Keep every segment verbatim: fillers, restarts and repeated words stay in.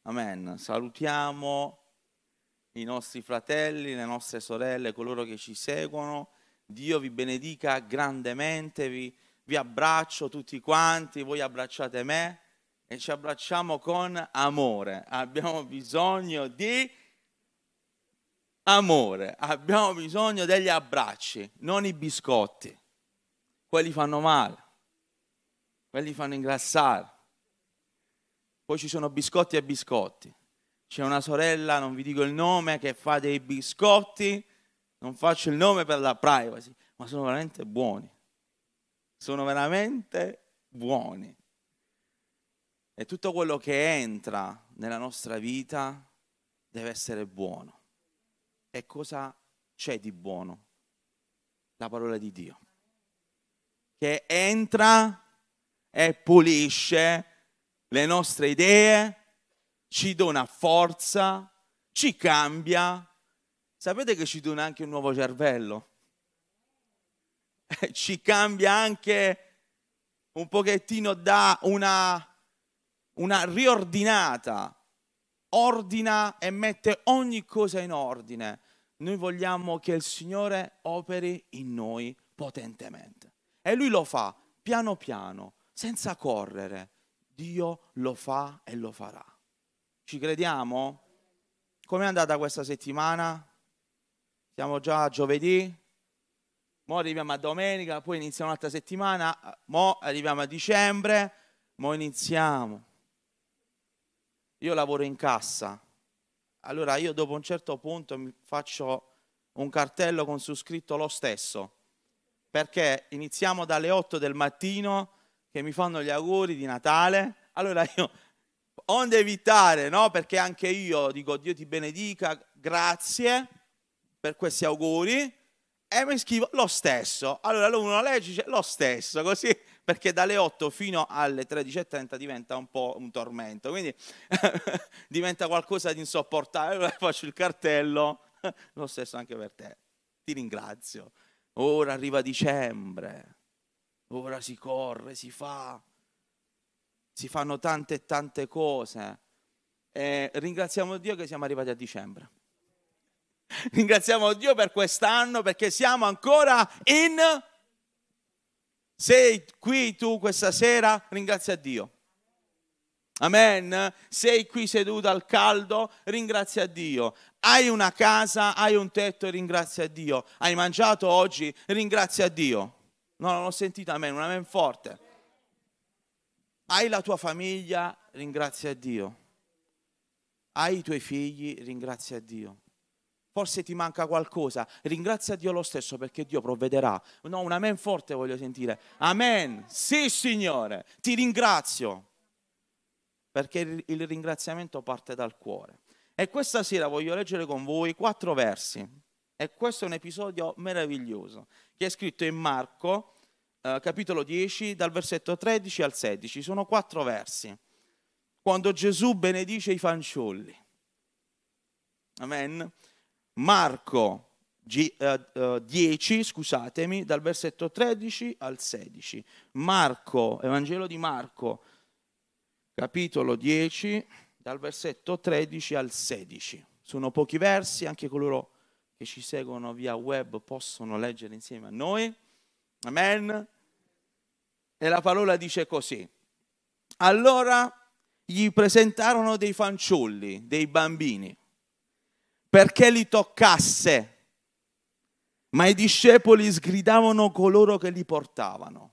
Amen. Salutiamo i nostri fratelli, le nostre sorelle, coloro che ci seguono. Dio vi benedica grandemente, vi, vi abbraccio tutti quanti, voi abbracciate me e ci abbracciamo con amore. Abbiamo bisogno di amore, abbiamo bisogno degli abbracci, non i biscotti. Quelli fanno male, quelli fanno ingrassare. Poi ci sono biscotti e biscotti. C'è una sorella, non vi dico il nome, che fa dei biscotti, non faccio il nome per la privacy, ma sono veramente buoni. Sono veramente buoni. E tutto quello che entra nella nostra vita deve essere buono. E cosa c'è di buono? La parola di Dio, che entra e pulisce le nostre idee, ci dona forza, ci cambia. Sapete che ci dona anche un nuovo cervello? Ci cambia anche un pochettino da una, una riordinata. Ordina e mette ogni cosa in ordine. Noi vogliamo che il Signore operi in noi potentemente. E Lui lo fa piano piano, senza correre. Dio lo fa e lo farà. Ci crediamo? Com'è andata questa settimana? Siamo già a giovedì, mo arriviamo a domenica, poi inizia un'altra settimana, mo arriviamo a dicembre, mo iniziamo. Io lavoro in cassa, allora io dopo un certo punto mi faccio un cartello con su scritto lo stesso, perché iniziamo dalle otto del mattino che mi fanno gli auguri di Natale, allora io, onde evitare, no? Perché anche io dico Dio ti benedica, grazie per questi auguri, e mi scrivo lo stesso. Allora uno legge dice lo stesso, così, perché dalle otto fino alle tredici e trenta diventa un po' un tormento, quindi diventa qualcosa di insopportabile. Allora faccio il cartello, lo stesso anche per te, ti ringrazio. Ora arriva dicembre, ora si corre, si fa, si fanno tante e tante cose. E ringraziamo Dio che siamo arrivati a dicembre. Ringraziamo Dio per quest'anno, perché siamo ancora in... Sei qui tu questa sera, ringrazia Dio. Amen. Sei qui seduto al caldo, ringrazia Dio. Hai una casa, hai un tetto, ringrazia Dio. Hai mangiato oggi, ringrazia Dio. No, non ho sentito amen, un amen forte. Hai la tua famiglia, ringrazia Dio. Hai i tuoi figli, ringrazia Dio. Forse ti manca qualcosa, ringrazia Dio lo stesso, perché Dio provvederà. No, un amen forte voglio sentire. Amen. Sì, Signore, ti ringrazio. Perché il ringraziamento parte dal cuore. E questa sera voglio leggere con voi quattro versi. E questo è un episodio meraviglioso, che è scritto in Marco, eh, capitolo dieci, dal versetto tredici al sedici. Sono quattro versi. Quando Gesù benedice i fanciulli. Amen. Marco dieci, scusatemi, dal versetto tredici al sedici. Marco, Evangelo di Marco, capitolo dieci, dal versetto tredici al sedici. Sono pochi versi, anche coloro che ci seguono via web possono leggere insieme a noi. Amen. E la parola dice così. Allora gli presentarono dei fanciulli, dei bambini, perché li toccasse, ma i discepoli sgridavano coloro che li portavano.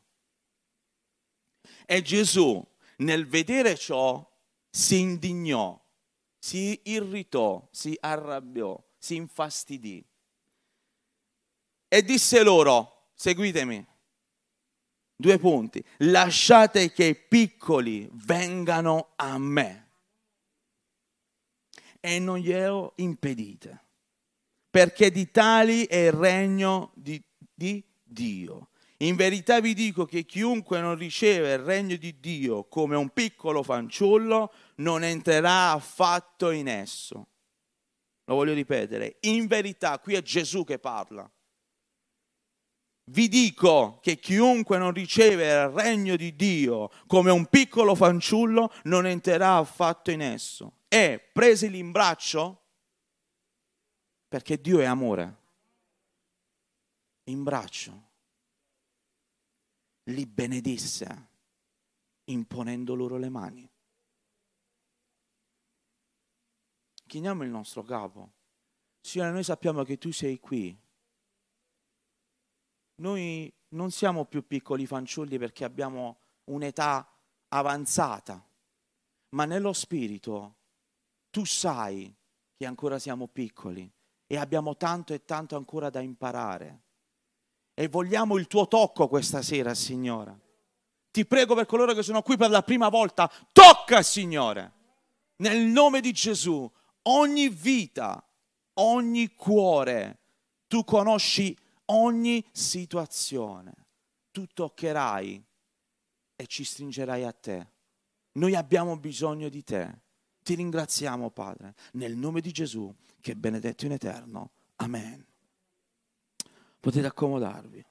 E Gesù, nel vedere ciò, si indignò, si irritò, si arrabbiò, si infastidì e disse loro, seguitemi, due punti, lasciate che i piccoli vengano a me. E non glielo impedite, perché di tali è il regno di, di Dio. In verità vi dico che chiunque non riceve il regno di Dio come un piccolo fanciullo non entrerà affatto in esso. Lo voglio ripetere, in verità, qui è Gesù che parla. Vi dico che chiunque non riceve il regno di Dio come un piccolo fanciullo non entrerà affatto in esso. E presili in braccio, perché Dio è amore, in braccio, li benedisse imponendo loro le mani. Chiniamo il nostro capo. Signore, noi sappiamo che tu sei qui. Noi non siamo più piccoli fanciulli perché abbiamo un'età avanzata, ma nello spirito tu sai che ancora siamo piccoli e abbiamo tanto e tanto ancora da imparare. E vogliamo il tuo tocco questa sera, Signore. Ti prego per coloro che sono qui per la prima volta, tocca, Signore, nel nome di Gesù, ogni vita, ogni cuore. Tu conosci ogni situazione, tu toccherai e ci stringerai a te. Noi abbiamo bisogno di te. Ti ringraziamo, Padre, nel nome di Gesù, che è benedetto in eterno. Amen. Potete accomodarvi.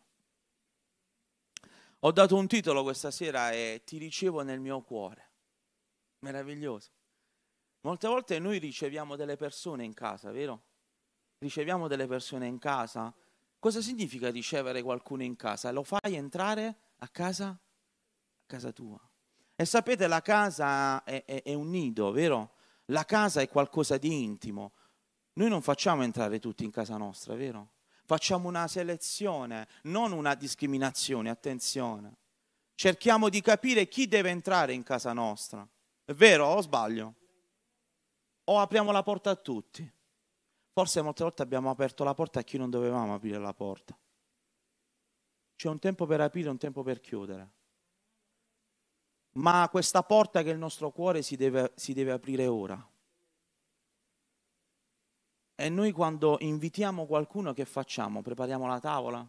Ho dato un titolo questa sera e ti ricevo nel mio cuore. Meraviglioso. Molte volte noi riceviamo delle persone in casa, vero? Riceviamo delle persone in casa. Cosa significa ricevere qualcuno in casa? Lo fai entrare a casa? A casa tua. E sapete, la casa è, è, è un nido, vero? La casa è qualcosa di intimo. Noi non facciamo entrare tutti in casa nostra, vero? Facciamo una selezione, non una discriminazione, attenzione. Cerchiamo di capire chi deve entrare in casa nostra. È vero o sbaglio? O apriamo la porta a tutti? Forse molte volte abbiamo aperto la porta a chi non dovevamo aprire la porta. C'è un tempo per aprire e un tempo per chiudere. Ma questa porta che è il nostro cuore si deve, si deve aprire ora. E noi quando invitiamo qualcuno, che facciamo? Prepariamo la tavola?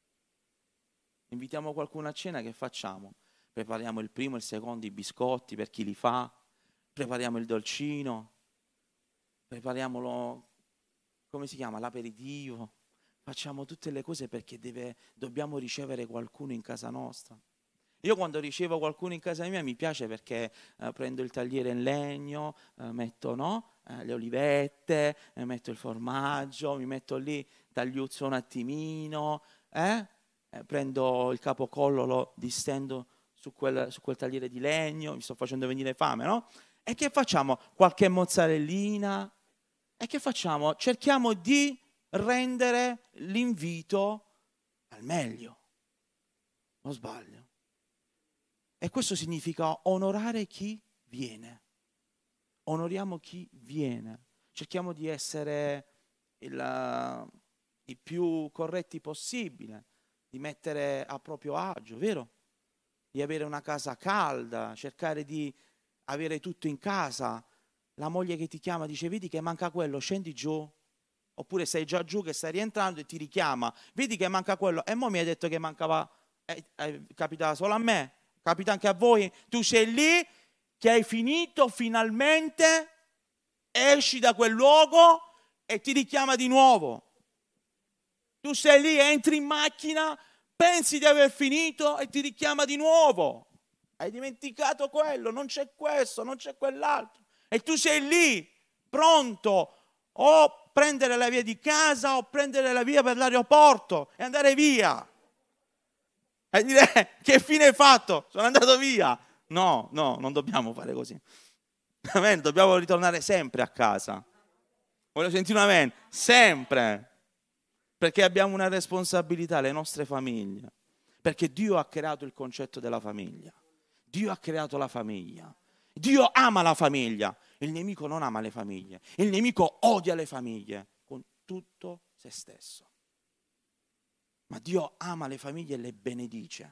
Invitiamo qualcuno a cena, che facciamo? Prepariamo il primo, il secondo, i biscotti per chi li fa, prepariamo il dolcino, prepariamolo, come si chiama, l'aperitivo, facciamo tutte le cose perché deve, dobbiamo ricevere qualcuno in casa nostra. Io quando ricevo qualcuno in casa mia mi piace perché eh, prendo il tagliere in legno, eh, metto no, eh, le olivette, eh, metto il formaggio, mi metto lì, tagliuzzo un attimino, eh? Eh, prendo il capocollo, lo distendo su quel, su quel tagliere di legno, mi sto facendo venire fame, no? E che facciamo? Qualche mozzarellina. E che facciamo? Cerchiamo di rendere l'invito al meglio. Non sbaglio. E questo significa onorare chi viene. Onoriamo chi viene. Cerchiamo di essere il, i più corretti possibile, di mettere a proprio agio, vero? Di avere una casa calda, cercare di avere tutto in casa. La moglie che ti chiama dice: vedi che manca quello, scendi giù. Oppure sei già giù che stai rientrando e ti richiama: vedi che manca quello. E mo mi hai detto che mancava, eh, eh, capita solo a me, capita anche a voi. Tu sei lì che hai finito finalmente, esci da quel luogo e ti richiama di nuovo. Tu sei lì, entri in macchina, pensi di aver finito e ti richiama di nuovo. Hai dimenticato quello, non c'è questo, non c'è quell'altro. E tu sei lì, pronto o prendere la via di casa o prendere la via per l'aeroporto e andare via. E dire: che fine hai fatto? Sono andato via. No, no, non dobbiamo fare così. Amen, dobbiamo ritornare sempre a casa. Voglio sentire un amen. Sempre. Perché abbiamo una responsabilità, le nostre famiglie. Perché Dio ha creato il concetto della famiglia. Dio ha creato la famiglia. Dio ama la famiglia. Il nemico non ama le famiglie. Il nemico odia le famiglie con tutto se stesso. Ma Dio ama le famiglie e le benedice.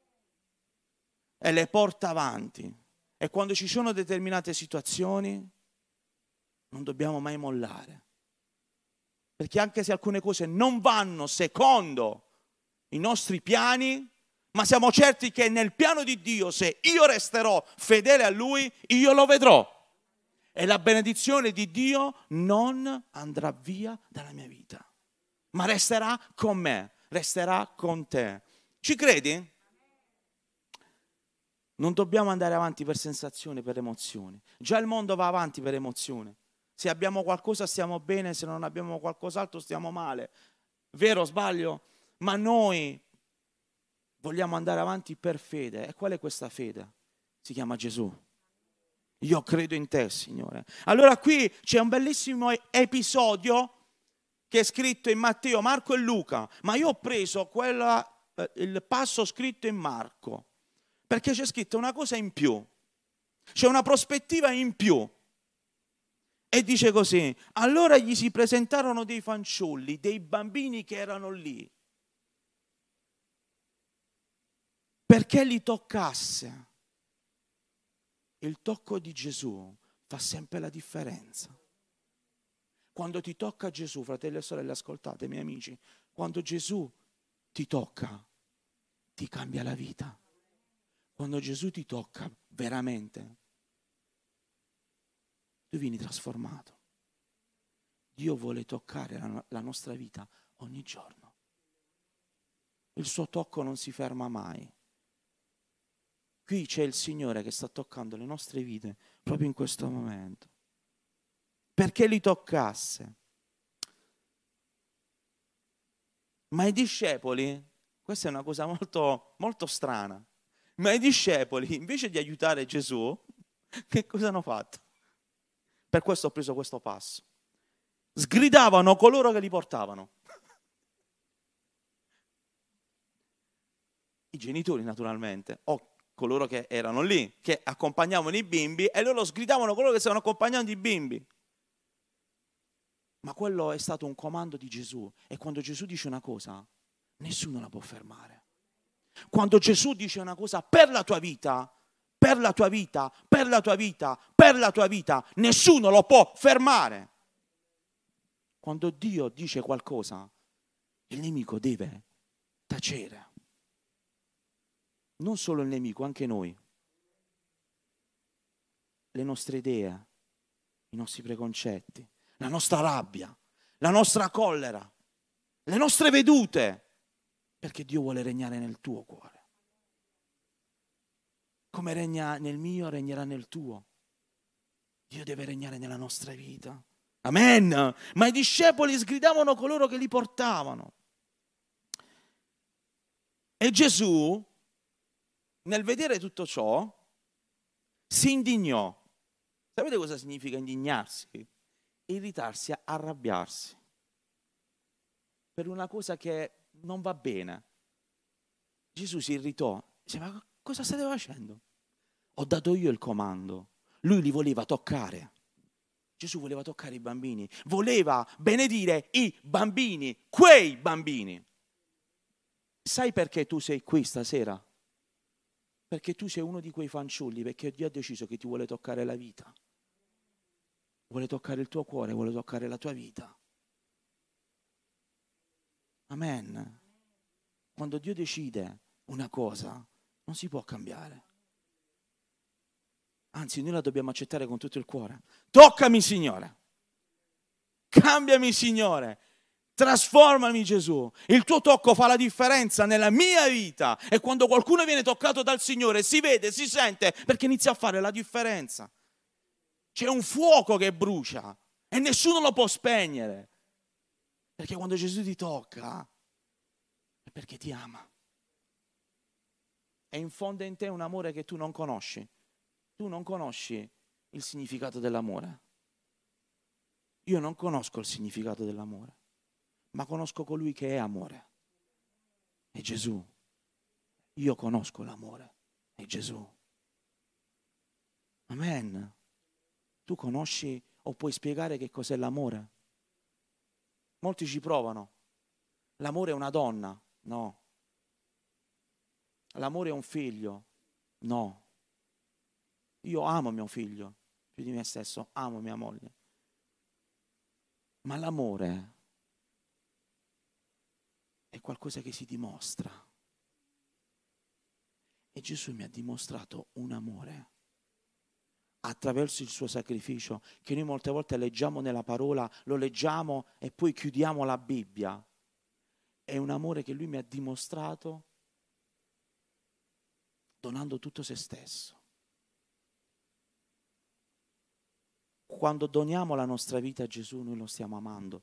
E le porta avanti. E quando ci sono determinate situazioni, non dobbiamo mai mollare. Perché anche se alcune cose non vanno secondo i nostri piani, ma siamo certi che nel piano di Dio, se io resterò fedele a Lui, io lo vedrò. E la benedizione di Dio non andrà via dalla mia vita, ma resterà con me. resterà con te. Ci credi? Non dobbiamo andare avanti per sensazioni, per emozioni. Già il mondo va avanti per emozioni. Se abbiamo qualcosa stiamo bene, se non abbiamo qualcos'altro stiamo male. Vero o sbaglio? Ma noi vogliamo andare avanti per fede. E qual è questa fede? Si chiama Gesù. Io credo in te, Signore. Allora qui c'è un bellissimo episodio che è scritto in Matteo, Marco e Luca, ma io ho preso quella, eh, il passo scritto in Marco, perché c'è scritto una cosa in più, c'è una prospettiva in più. E dice così: allora gli si presentarono dei fanciulli, dei bambini che erano lì, perché li toccasse. Il tocco di Gesù fa sempre la differenza. Quando ti tocca Gesù, fratelli e sorelle, ascoltate, miei amici, quando Gesù ti tocca, ti cambia la vita. Quando Gesù ti tocca veramente, tu vieni trasformato. Dio vuole toccare la, la nostra vita ogni giorno. Il suo tocco non si ferma mai. Qui c'è il Signore che sta toccando le nostre vite proprio in questo momento. Perché li toccasse. Ma i discepoli, questa è una cosa molto, molto strana, ma i discepoli invece di aiutare Gesù, che cosa hanno fatto? Per questo ho preso questo passo. Sgridavano coloro che li portavano. I genitori naturalmente, o coloro che erano lì, che accompagnavano i bimbi, e loro sgridavano coloro che stavano accompagnando i bimbi. Ma quello è stato un comando di Gesù, e quando Gesù dice una cosa, nessuno la può fermare. Quando Gesù dice una cosa per la tua vita, per la tua vita, per la tua vita, per la tua vita, nessuno lo può fermare. Quando Dio dice qualcosa, il nemico deve tacere. Non solo il nemico, anche noi. Le nostre idee, i nostri preconcetti, la nostra rabbia, la nostra collera, le nostre vedute, perché Dio vuole regnare nel tuo cuore. Come regna nel mio, regnerà nel tuo. Dio deve regnare nella nostra vita. Amen. Ma i discepoli sgridavano coloro che li portavano. E Gesù, nel vedere tutto ciò, si indignò. Sapete cosa significa indignarsi? Irritarsi, arrabbiarsi per una cosa che non va bene. Gesù si irritò, dice: ma cosa state facendo? Ho dato io il comando. Lui li voleva toccare. Gesù voleva toccare i bambini, voleva benedire i bambini, quei bambini. Sai perché tu sei qui stasera? Perché tu sei uno di quei fanciulli, perché Dio ha deciso che ti vuole toccare la vita. Vuole toccare il tuo cuore, vuole toccare la tua vita. Amen. Quando Dio decide una cosa, non si può cambiare. Anzi, noi la dobbiamo accettare con tutto il cuore. Toccami, Signore. Cambiami, Signore. Trasformami, Gesù. Il tuo tocco fa la differenza nella mia vita. E quando qualcuno viene toccato dal Signore, si vede, si sente, perché inizia a fare la differenza. C'è un fuoco che brucia e nessuno lo può spegnere. Perché quando Gesù ti tocca è perché ti ama. E infonde in te un amore che tu non conosci. Tu non conosci il significato dell'amore. Io non conosco il significato dell'amore, ma conosco colui che è amore. È Gesù. Io conosco l'amore. È Gesù. Amen. Tu conosci o puoi spiegare che cos'è l'amore? Molti ci provano. L'amore è una donna? No. L'amore è un figlio? No. Io amo mio figlio più di me stesso, amo mia moglie. Ma l'amore è qualcosa che si dimostra. E Gesù mi ha dimostrato un amore attraverso il suo sacrificio, che noi molte volte leggiamo nella parola, lo leggiamo e poi chiudiamo la Bibbia. è un amore che Lui mi ha dimostrato donando tutto se stesso. Quando doniamo la nostra vita a Gesù, noi lo stiamo amando.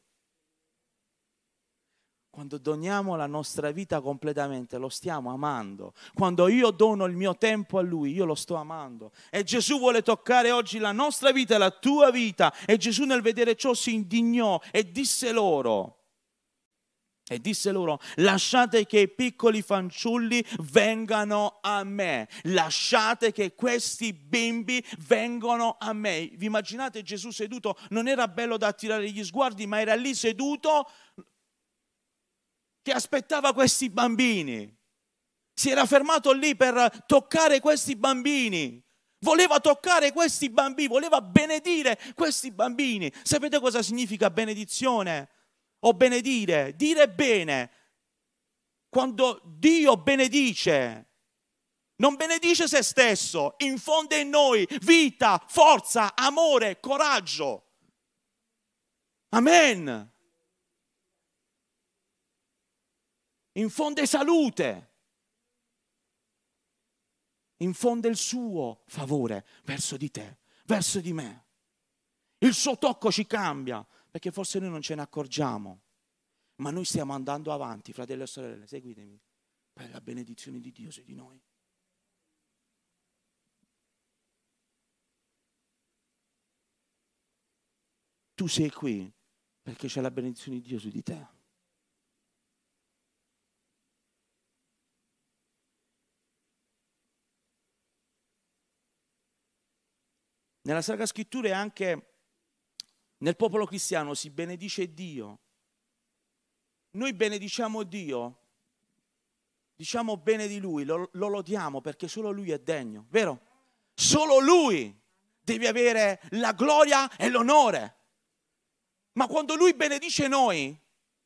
Quando doniamo la nostra vita completamente, lo stiamo amando. Quando io dono il mio tempo a Lui, io lo sto amando. E Gesù vuole toccare oggi la nostra vita e la tua vita. E Gesù nel vedere ciò si indignò e disse loro, e disse loro, lasciate che i piccoli fanciulli vengano a me. Lasciate che questi bimbi vengano a me. Vi immaginate Gesù seduto? Non era bello da attirare gli sguardi, ma era lì seduto che aspettava questi bambini. Si era fermato lì per toccare questi bambini. Voleva toccare questi bambini, voleva benedire questi bambini. Sapete cosa significa benedizione? O benedire, dire bene. Quando Dio benedice, non benedice se stesso, infonde in noi vita, forza, amore, coraggio. Amen. Infonde salute. Infonde il suo favore verso di te, verso di me. Il suo tocco ci cambia. Perché forse noi non ce ne accorgiamo, ma noi stiamo andando avanti, fratelli e sorelle, seguitemi, per la benedizione di Dio su di noi. Tu sei qui perché c'è la benedizione di Dio su di te. Nella Sacra Scrittura è anche nel popolo cristiano si benedice Dio. Noi benediciamo Dio, diciamo bene di Lui, lo, lo lodiamo perché solo Lui è degno, vero? Solo Lui deve avere la gloria e l'onore. Ma quando Lui benedice noi,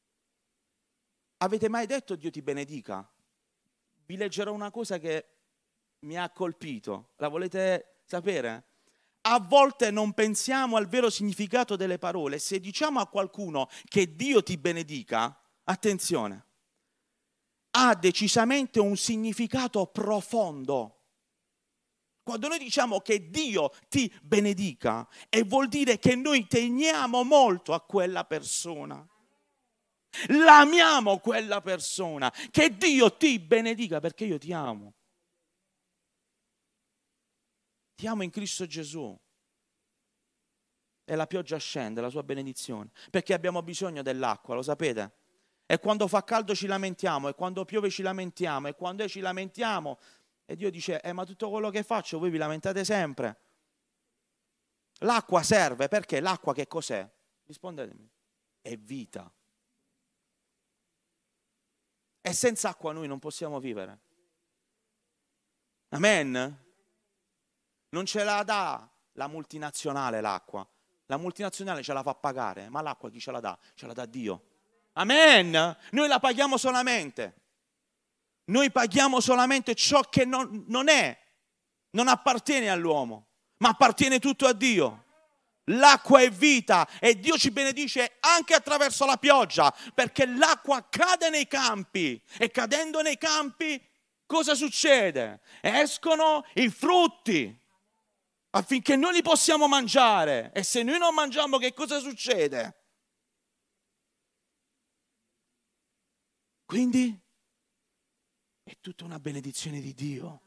avete mai detto Dio ti benedica? Vi leggerò una cosa che mi ha colpito, la volete sapere? A volte non pensiamo al vero significato delle parole. Se diciamo a qualcuno che Dio ti benedica, attenzione, ha decisamente un significato profondo. Quando noi diciamo che Dio ti benedica, e vuol dire che noi teniamo molto a quella persona. L'amiamo quella persona. Che Dio ti benedica perché io ti amo. Ti amo in Cristo Gesù. E la pioggia scende, la sua benedizione. Perché abbiamo bisogno dell'acqua, lo sapete? E quando fa caldo ci lamentiamo, e quando piove ci lamentiamo, e quando ci lamentiamo, e Dio dice, eh, ma tutto quello che faccio voi vi lamentate sempre. L'acqua serve, perché l'acqua che cos'è? Rispondetemi. È vita. E senza acqua noi non possiamo vivere. Amen? Non ce la dà la multinazionale l'acqua. La multinazionale ce la fa pagare, ma l'acqua chi ce la dà? Ce la dà Dio. Amen. Noi la paghiamo solamente. Noi paghiamo solamente ciò che non, non è, non appartiene all'uomo, ma appartiene tutto a Dio. L'acqua è vita e Dio ci benedice anche attraverso la pioggia, perché l'acqua cade nei campi e cadendo nei campi cosa succede? Escono i frutti. Affinché noi li possiamo mangiare. E se noi non mangiamo, che cosa succede? Quindi è tutta una benedizione di Dio.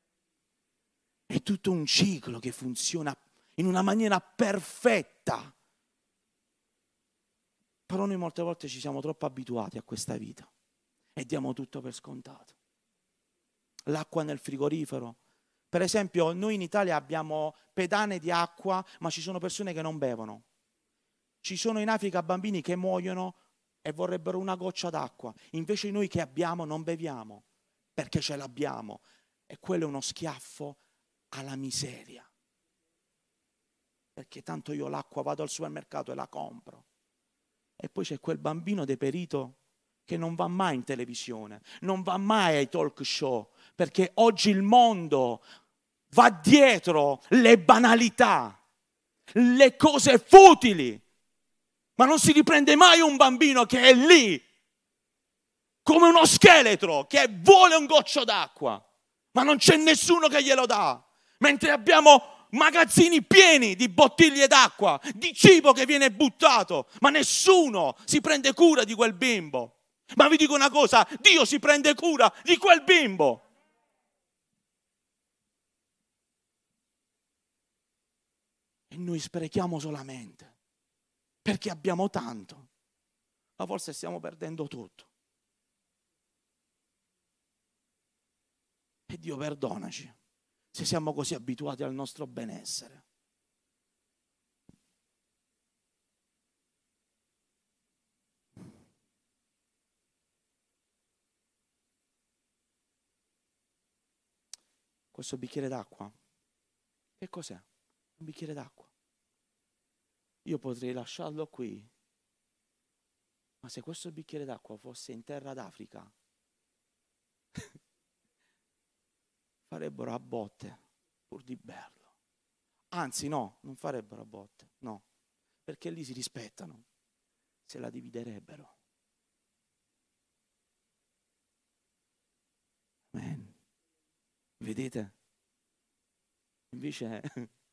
È tutto un ciclo che funziona in una maniera perfetta. Però noi molte volte ci siamo troppo abituati a questa vita e diamo tutto per scontato. L'acqua nel frigorifero. Per esempio, noi in Italia abbiamo pedane di acqua, ma ci sono persone che non bevono. Ci sono in Africa bambini che muoiono e vorrebbero una goccia d'acqua. Invece noi che abbiamo non beviamo, perché ce l'abbiamo. E quello è uno schiaffo alla miseria. Perché tanto io l'acqua vado al supermercato e la compro. E poi c'è quel bambino deperito che non va mai in televisione, non va mai ai talk show, perché oggi il mondo va dietro le banalità, le cose futili, ma non si riprende mai un bambino che è lì come uno scheletro che vuole un goccio d'acqua, ma non c'è nessuno che glielo dà. Mentre abbiamo magazzini pieni di bottiglie d'acqua, di cibo che viene buttato, ma nessuno si prende cura di quel bimbo. Ma vi dico una cosa, Dio si prende cura di quel bimbo. E noi sprechiamo solamente perché abbiamo tanto, ma forse stiamo perdendo tutto. E Dio perdonaci se siamo così abituati al nostro benessere. Questo bicchiere d'acqua, che cos'è? Un bicchiere d'acqua. Io potrei lasciarlo qui, ma se questo bicchiere d'acqua fosse in terra d'Africa, farebbero a botte pur di berlo. Anzi no, non farebbero a botte, no, perché lì si rispettano, se la dividerebbero. Amen. Vedete? Invece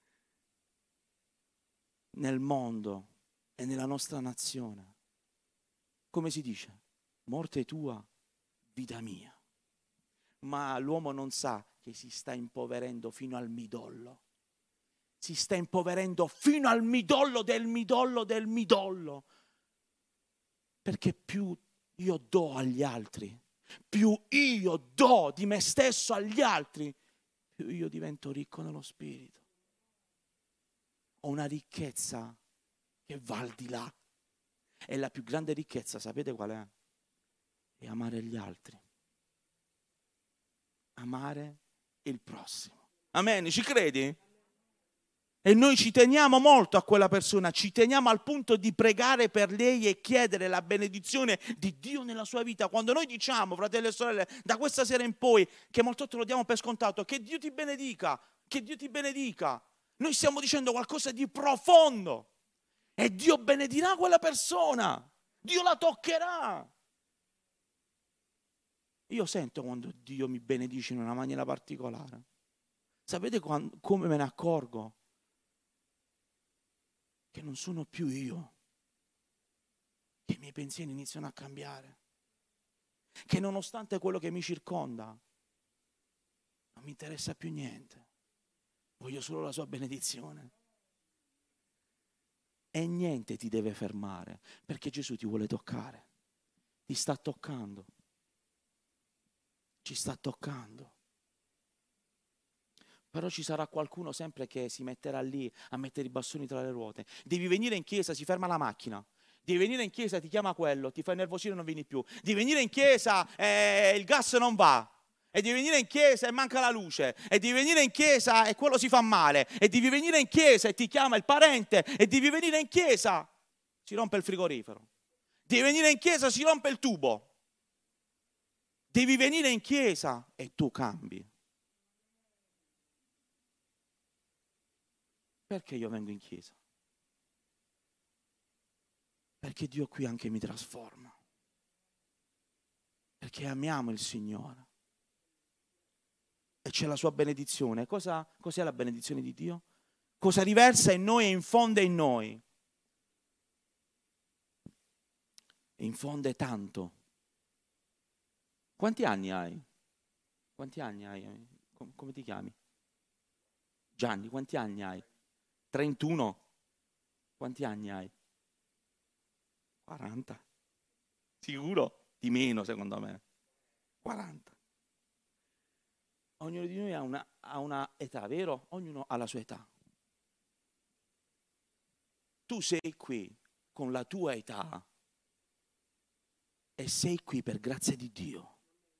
nel mondo e nella nostra nazione, come si dice? Morte tua, vita mia. Ma l'uomo non sa che si sta impoverendo fino al midollo. Si sta impoverendo fino al midollo del midollo del midollo. Perché più io do agli altri, più io do di me stesso agli altri, più io divento ricco nello spirito. Ho una ricchezza che va al di là. E la più grande ricchezza, sapete qual è? È amare gli altri. Amare il prossimo. Amen, ci credi? E noi ci teniamo molto a quella persona, ci teniamo al punto di pregare per lei e chiedere la benedizione di Dio nella sua vita. Quando noi diciamo, fratelli e sorelle, da questa sera in poi, che molto volte lo diamo per scontato, che Dio ti benedica, che Dio ti benedica, noi stiamo dicendo qualcosa di profondo. E Dio benedirà quella persona, Dio la toccherà. Io sento quando Dio mi benedice in una maniera particolare. Sapete quando, come me ne accorgo? Che non sono più io, che i miei pensieri iniziano a cambiare, che nonostante quello che mi circonda, non mi interessa più niente, voglio solo la sua benedizione. E niente ti deve fermare, perché Gesù ti vuole toccare, ti sta toccando, ci sta toccando. Però ci sarà qualcuno sempre che si metterà lì a mettere i bastoni tra le ruote. Devi venire in chiesa, si ferma la macchina. Devi venire in chiesa, ti chiama quello, ti fa nervosire e non vieni più. Devi venire in chiesa e il gas non va. E devi venire in chiesa e manca la luce. E devi venire in chiesa e quello si fa male. E devi venire in chiesa e ti chiama il parente. E devi venire in chiesa, si rompe il frigorifero. Devi venire in chiesa, si rompe il tubo. Devi venire in chiesa e tu cambi. Perché io vengo in chiesa? Perché Dio qui anche mi trasforma. Perché amiamo il Signore. E c'è la sua benedizione. Cosa, cos'è la benedizione di Dio? Cosa riversa in noi e infonde in noi? Infonde tanto. Quanti anni hai? Quanti anni hai? Come ti chiami? Gianni, quanti anni hai? trentuno? Quanti anni hai? quaranta? Sicuro? Di meno secondo me. quaranta. Ognuno di noi ha una, ha una età, vero? Ognuno ha la sua età. Tu sei qui con la tua età e sei qui per grazia di Dio.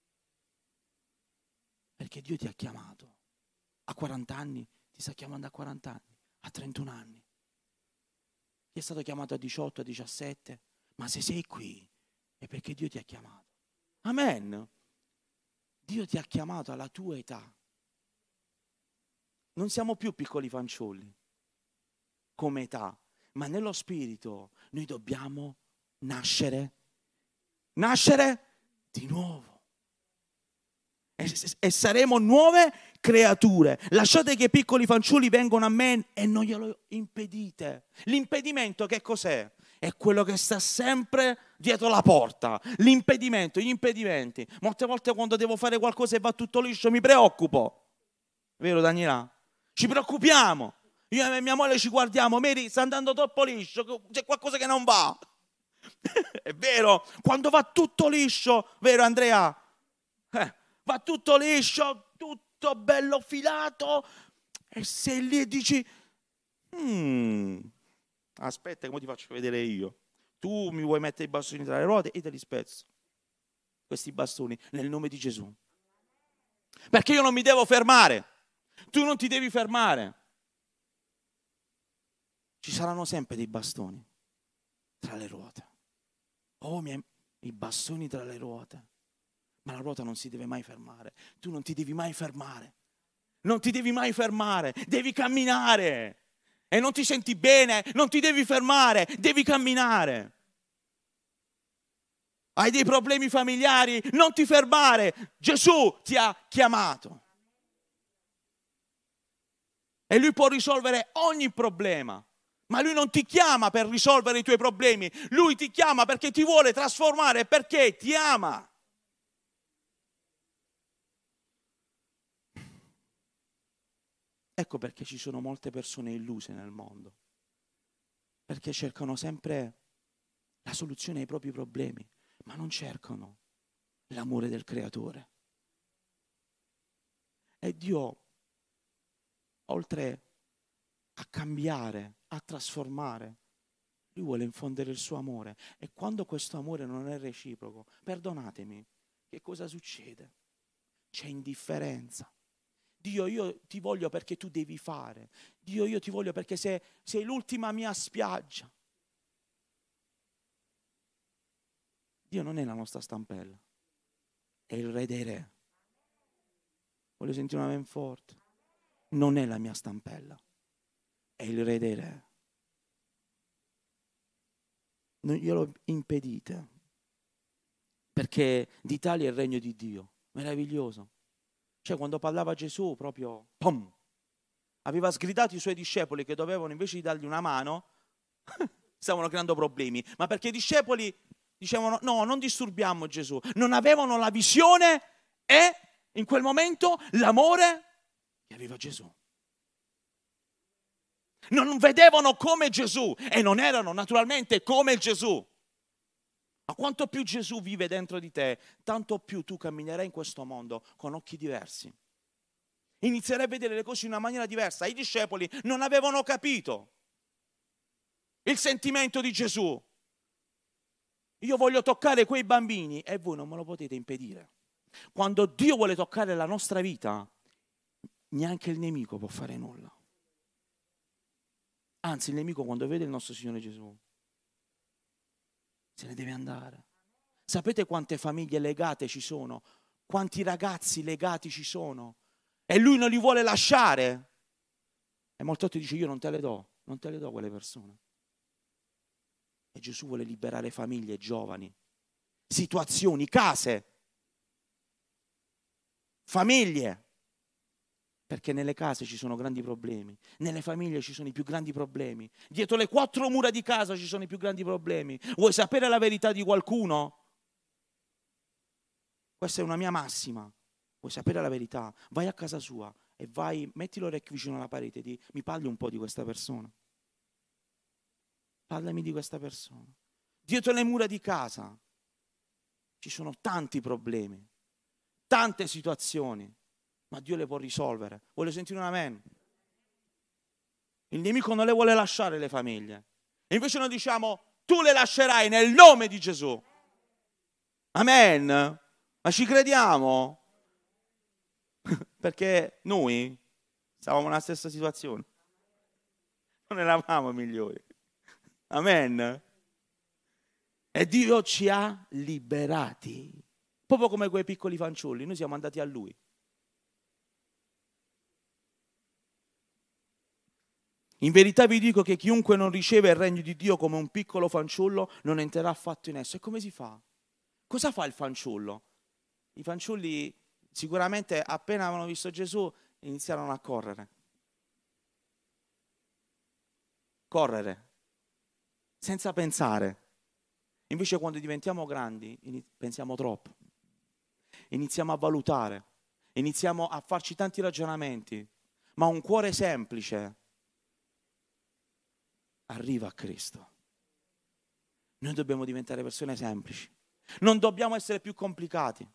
Perché Dio ti ha chiamato. A quaranta anni ti sta chiamando a quaranta anni. A trentuno anni. Chi è stato chiamato a diciotto, a diciassette? Ma se sei qui è perché Dio ti ha chiamato. Amen. Dio ti ha chiamato alla tua età. Non siamo più piccoli fanciulli come età, ma nello spirito noi dobbiamo nascere. Nascere di nuovo. E, e saremo nuove creature. Lasciate che i piccoli fanciulli vengano a me e non glielo impedite. L'impedimento che cos'è? È quello che sta sempre dietro la porta. L'impedimento, gli impedimenti. Molte volte quando devo fare qualcosa e va tutto liscio mi preoccupo. Vero Daniela? Ci preoccupiamo. Io e mia moglie ci guardiamo, Mary sta andando troppo liscio, c'è qualcosa che non va. È vero, quando va tutto liscio, vero Andrea? Eh, va tutto liscio, tutto bello filato, e sei lì e dici, hmm, aspetta, come ti faccio vedere io? Tu mi vuoi mettere i bastoni tra le ruote e te li spezzo. Questi bastoni, nel nome di Gesù. Perché io non mi devo fermare. Tu non ti devi fermare. Ci saranno sempre dei bastoni tra le ruote. Oh, miei, i bastoni tra le ruote. Ma la ruota non si deve mai fermare. Tu non ti devi mai fermare. Non ti devi mai fermare. Devi camminare. E non ti senti bene, non ti devi fermare. Devi camminare. Hai dei problemi familiari, non ti fermare. Gesù ti ha chiamato. E Lui può risolvere ogni problema. Ma Lui non ti chiama per risolvere i tuoi problemi. Lui ti chiama perché ti vuole trasformare, perché ti ama. Ecco perché ci sono molte persone illuse nel mondo. Perché cercano sempre la soluzione ai propri problemi, ma non cercano l'amore del Creatore. E Dio, oltre a cambiare, a trasformare, Lui vuole infondere il suo amore. E quando questo amore non è reciproco, perdonatemi, che cosa succede? C'è indifferenza. Dio, io ti voglio perché tu devi fare. Dio, io ti voglio perché sei, sei l'ultima mia spiaggia. Dio non è la nostra stampella, è il Re dei Re. Voglio sentire una ben forte. Non è la mia stampella, è il Re dei Re. Non glielo impedite, perché di tale è il regno di Dio. Meraviglioso. Cioè, quando parlava Gesù, proprio, pum, aveva sgridato i suoi discepoli che dovevano, invece di dargli una mano, stavano creando problemi. Ma perché i discepoli dicevano, no, non disturbiamo Gesù. Non avevano la visione e, in quel momento, l'amore che aveva Gesù. Non vedevano come Gesù e non erano naturalmente come Gesù. Ma quanto più Gesù vive dentro di te, tanto più tu camminerai in questo mondo con occhi diversi. Inizierai a vedere le cose in una maniera diversa. I discepoli non avevano capito il sentimento di Gesù. Io voglio toccare quei bambini e voi non me lo potete impedire. Quando Dio vuole toccare la nostra vita, neanche il nemico può fare nulla. Anzi, il nemico quando vede il nostro Signore Gesù se ne deve andare. Sapete quante famiglie legate ci sono? Quanti ragazzi legati ci sono? E lui non li vuole lasciare. E molte volte dice, io non te le do, non te le do quelle persone. E Gesù vuole liberare famiglie, giovani, situazioni, case, famiglie. Perché nelle case ci sono grandi problemi, nelle famiglie ci sono i più grandi problemi, dietro le quattro mura di casa ci sono i più grandi problemi. Vuoi sapere la verità di qualcuno? Questa è una mia massima. Vuoi sapere la verità? Vai a casa sua e vai, metti l'orecchio vicino alla parete e di, mi parli un po' di questa persona. Parlami di questa persona. Dietro le mura di casa ci sono tanti problemi, tante situazioni. Ma Dio le può risolvere. Voglio sentire un amen. Il nemico non le vuole lasciare le famiglie. E invece noi diciamo, tu le lascerai nel nome di Gesù. Amen. Ma ci crediamo? Perché noi stavamo nella stessa situazione. Non eravamo migliori. Amen. E Dio ci ha liberati. Proprio come quei piccoli fanciulli. Noi siamo andati a Lui. In verità vi dico che chiunque non riceve il regno di Dio come un piccolo fanciullo non entrerà affatto in esso. E come si fa? Cosa fa il fanciullo? I fanciulli sicuramente appena avevano visto Gesù iniziarono a correre. Correre, senza pensare. Invece quando diventiamo grandi pensiamo troppo. Iniziamo a valutare, iniziamo a farci tanti ragionamenti, ma un cuore semplice arriva a Cristo. Noi dobbiamo diventare persone semplici, non dobbiamo essere più complicati.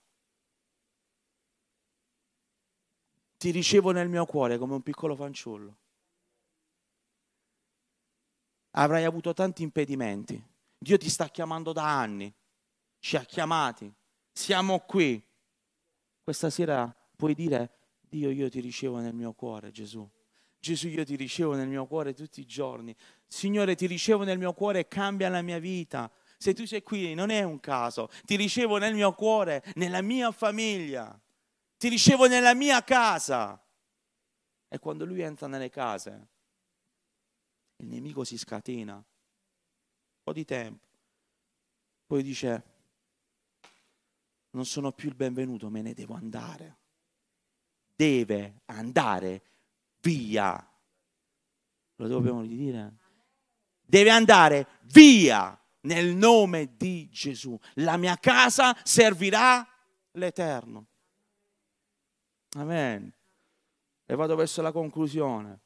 Ti ricevo nel mio cuore come un piccolo fanciullo. Avrai avuto tanti impedimenti. Dio ti sta chiamando da anni, ci ha chiamati, siamo qui. Questa sera puoi dire: Dio, io ti ricevo nel mio cuore, Gesù. Gesù, io ti ricevo nel mio cuore tutti i giorni. Signore, ti ricevo nel mio cuore e cambia la mia vita. Se tu sei qui non è un caso. Ti ricevo nel mio cuore, nella mia famiglia. Ti ricevo nella mia casa. E quando lui entra nelle case, il nemico si scatena. Un po' di tempo. Poi dice: non sono più il benvenuto, me ne devo andare. Deve andare via. Lo dobbiamo dire? Deve andare via nel nome di Gesù. La mia casa servirà l'Eterno. Amen. E vado verso la conclusione.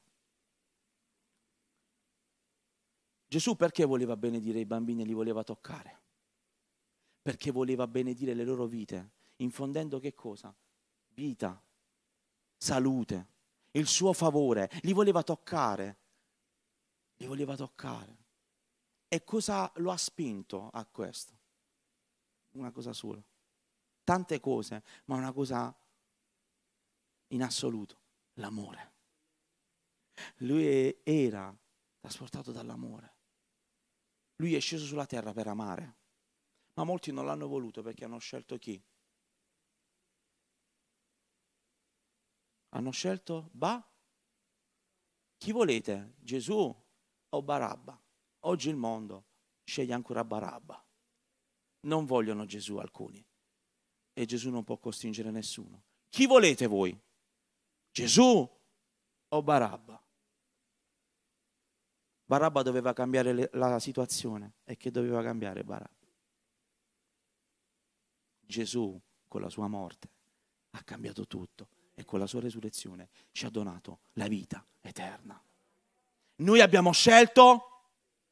Gesù perché voleva benedire i bambini e li voleva toccare? Perché voleva benedire le loro vite, infondendo che cosa? Vita, salute, il suo favore, li voleva toccare, li voleva toccare. E cosa lo ha spinto a questo? Una cosa sola. Tante cose, ma una cosa in assoluto, l'amore. Lui era trasportato dall'amore. Lui è sceso sulla terra per amare. Ma molti non l'hanno voluto perché hanno scelto chi? Hanno scelto Ba? Chi volete? Gesù o Barabba? Oggi il mondo sceglie ancora Barabba. Non vogliono Gesù alcuni. E Gesù non può costringere nessuno. Chi volete voi? Gesù o Barabba? Barabba doveva cambiare le, la situazione. E che doveva cambiare Barabba? Gesù con la sua morte ha cambiato tutto e con la sua resurrezione ci ha donato la vita eterna. Noi abbiamo scelto,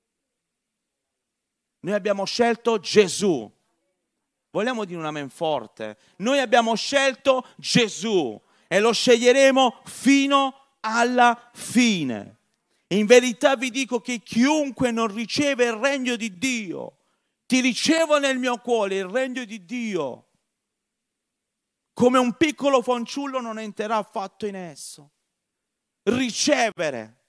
noi abbiamo scelto Gesù. Vogliamo dire un amen forte? Noi abbiamo scelto Gesù e lo sceglieremo fino alla fine. In verità vi dico che chiunque non riceve il regno di Dio, ti ricevo nel mio cuore, il regno di Dio, come un piccolo fanciullo non entrerà affatto in esso. Ricevere.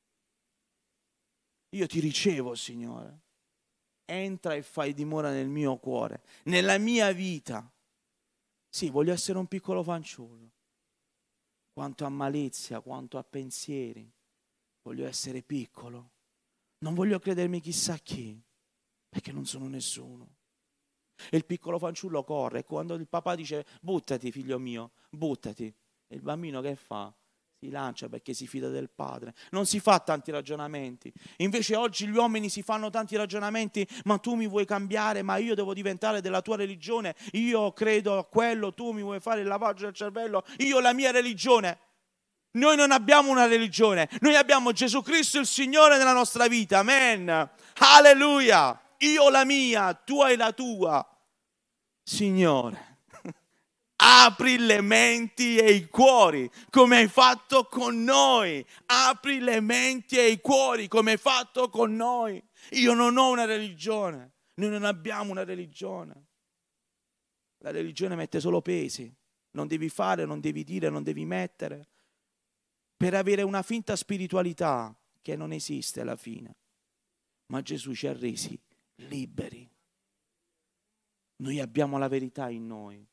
Io ti ricevo, Signore. Entra e fai dimora nel mio cuore, nella mia vita. Sì, voglio essere un piccolo fanciullo. Quanto a malizia, quanto a pensieri. Voglio essere piccolo. Non voglio credermi chissà chi. Perché non sono nessuno. E il piccolo fanciullo corre. E quando il papà dice: buttati figlio mio, buttati. E il bambino che fa? Si lancia perché si fida del padre. Non si fa tanti ragionamenti. Invece oggi gli uomini si fanno tanti ragionamenti. Ma tu mi vuoi cambiare? Ma io devo diventare della tua religione. Io credo a quello. Tu mi vuoi fare il lavaggio del cervello. Io la mia religione. Noi non abbiamo una religione. Noi abbiamo Gesù Cristo il Signore nella nostra vita. Amen. Alleluia. Io la mia, tu hai la tua. Signore, apri le menti e i cuori come hai fatto con noi. Apri le menti e i cuori come hai fatto con noi. Io non ho una religione. Noi non abbiamo una religione. La religione mette solo pesi. Non devi fare, non devi dire, non devi mettere. Per avere una finta spiritualità che non esiste alla fine. Ma Gesù ci ha resi liberi. Noi abbiamo la verità in noi.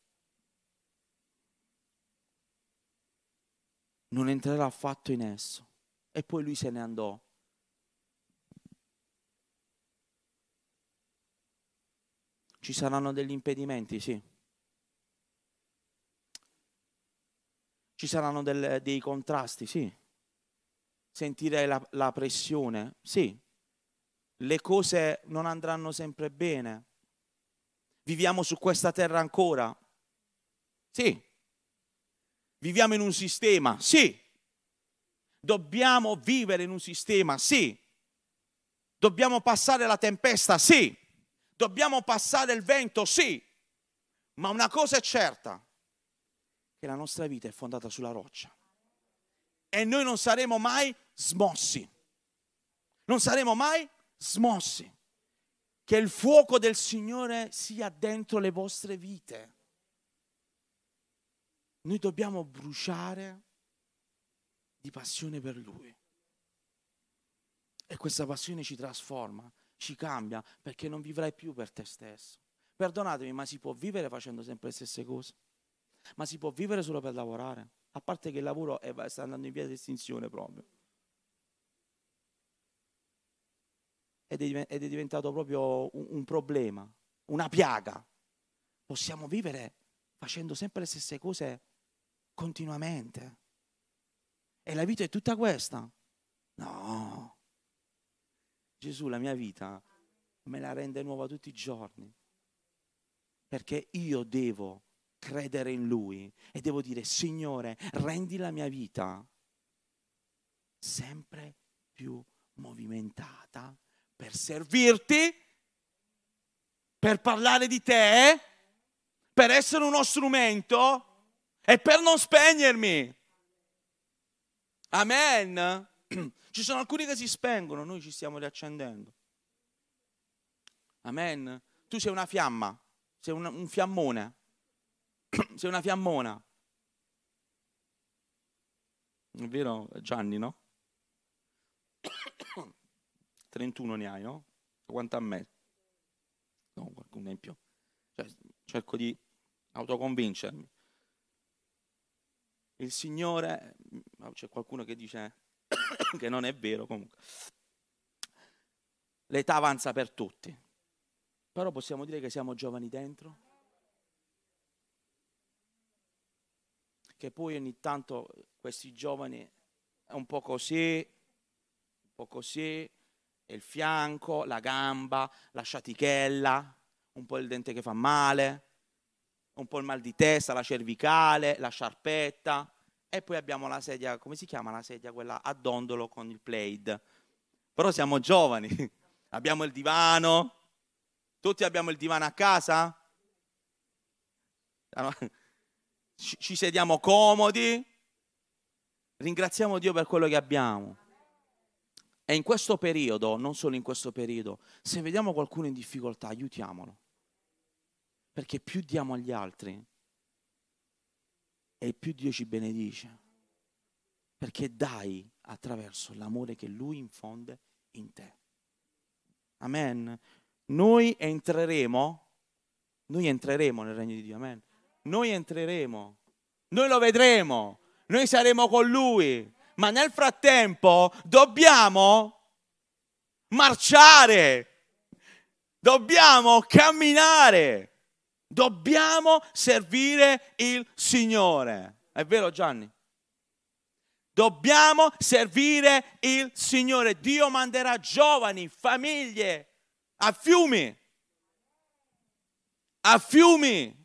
Non entrerà affatto in esso. E poi lui se ne andò. Ci saranno degli impedimenti, sì. Ci saranno del, dei contrasti, sì. Sentire la, la pressione, sì. Le cose non andranno sempre bene. Viviamo su questa terra ancora? Sì. Viviamo in un sistema? Sì. Dobbiamo vivere in un sistema? Sì. Dobbiamo passare la tempesta? Sì. Dobbiamo passare il vento? Sì. Ma una cosa è certa, che la nostra vita è fondata sulla roccia. E noi non saremo mai smossi. Non saremo mai smossi. Che il fuoco del Signore sia dentro le vostre vite. Noi dobbiamo bruciare di passione per Lui. E questa passione ci trasforma, ci cambia, perché non vivrai più per te stesso. Perdonatemi, ma si può vivere facendo sempre le stesse cose? Ma si può vivere solo per lavorare? A parte che il lavoro è, sta andando in via di estinzione proprio. Ed è, ed è diventato proprio un, un problema, una piaga. Possiamo vivere facendo sempre le stesse cose continuamente. E la vita è tutta questa? No. Gesù la mia vita me la rende nuova tutti i giorni. Perché io devo credere in Lui e devo dire: Signore, rendi la mia vita sempre più movimentata per servirti, per parlare di te, per essere uno strumento e per non spegnermi. Amen. Ci sono alcuni che si spengono, noi ci stiamo riaccendendo. Amen. Tu sei una fiamma, sei un, un fiammone, sei una fiammona. È vero, Gianni, no? trentuno ne hai, no? Quanto a me? No, qualcuno in più. Cioè, cerco di autoconvincermi. Il Signore, c'è qualcuno che dice che non è vero, comunque. L'età avanza per tutti. Però possiamo dire che siamo giovani dentro? Che poi ogni tanto questi giovani è un po' così, un po' così, il fianco, la gamba, la sciatichella, un po' il dente che fa male, un po' il mal di testa, la cervicale, la sciarpetta, e poi abbiamo la sedia, come si chiama la sedia? Quella a dondolo con il plaid. Però siamo giovani, abbiamo il divano, tutti abbiamo il divano a casa? Ci sediamo comodi, ringraziamo Dio per quello che abbiamo. E in questo periodo, non solo in questo periodo, se vediamo qualcuno in difficoltà, aiutiamolo. Perché più diamo agli altri e più Dio ci benedice. Perché dai attraverso l'amore che Lui infonde in te. Amen. Noi entreremo, noi entreremo nel regno di Dio. Amen. Noi entreremo, noi lo vedremo, noi saremo con Lui. Ma nel frattempo dobbiamo marciare, dobbiamo camminare, dobbiamo servire il Signore. È vero, Gianni? Dobbiamo servire il Signore. Dio manderà giovani, famiglie a fiumi, a fiumi.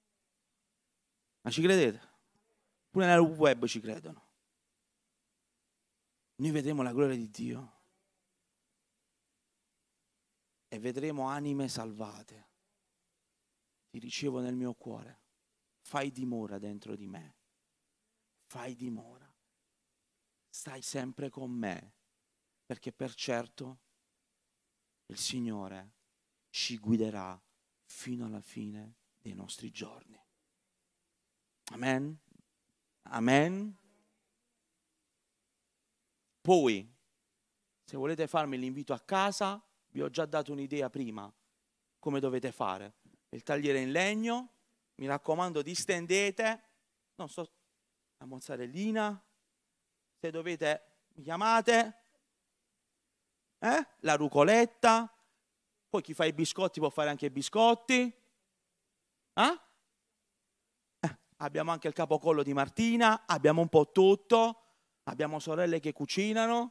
Ma ci credete? Pure nel web ci credono. Noi vedremo la gloria di Dio e vedremo anime salvate. Ti ricevo nel mio cuore. Fai dimora dentro di me. Fai dimora. Stai sempre con me, perché per certo il Signore ci guiderà fino alla fine dei nostri giorni. Amen? Amen? Poi, se volete farmi l'invito a casa, vi ho già dato un'idea prima, come dovete fare. Il tagliere in legno, mi raccomando, distendete, non sto a mozzarellina, se dovete mi chiamate, eh? La rucoletta, Poi chi fa i biscotti può fare anche i biscotti. Eh? Eh, abbiamo anche il capocollo di Martina, abbiamo un po' tutto, abbiamo sorelle che cucinano.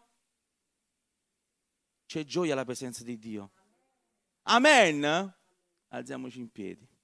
C'è gioia alla presenza di Dio. Amen? Alziamoci in piedi.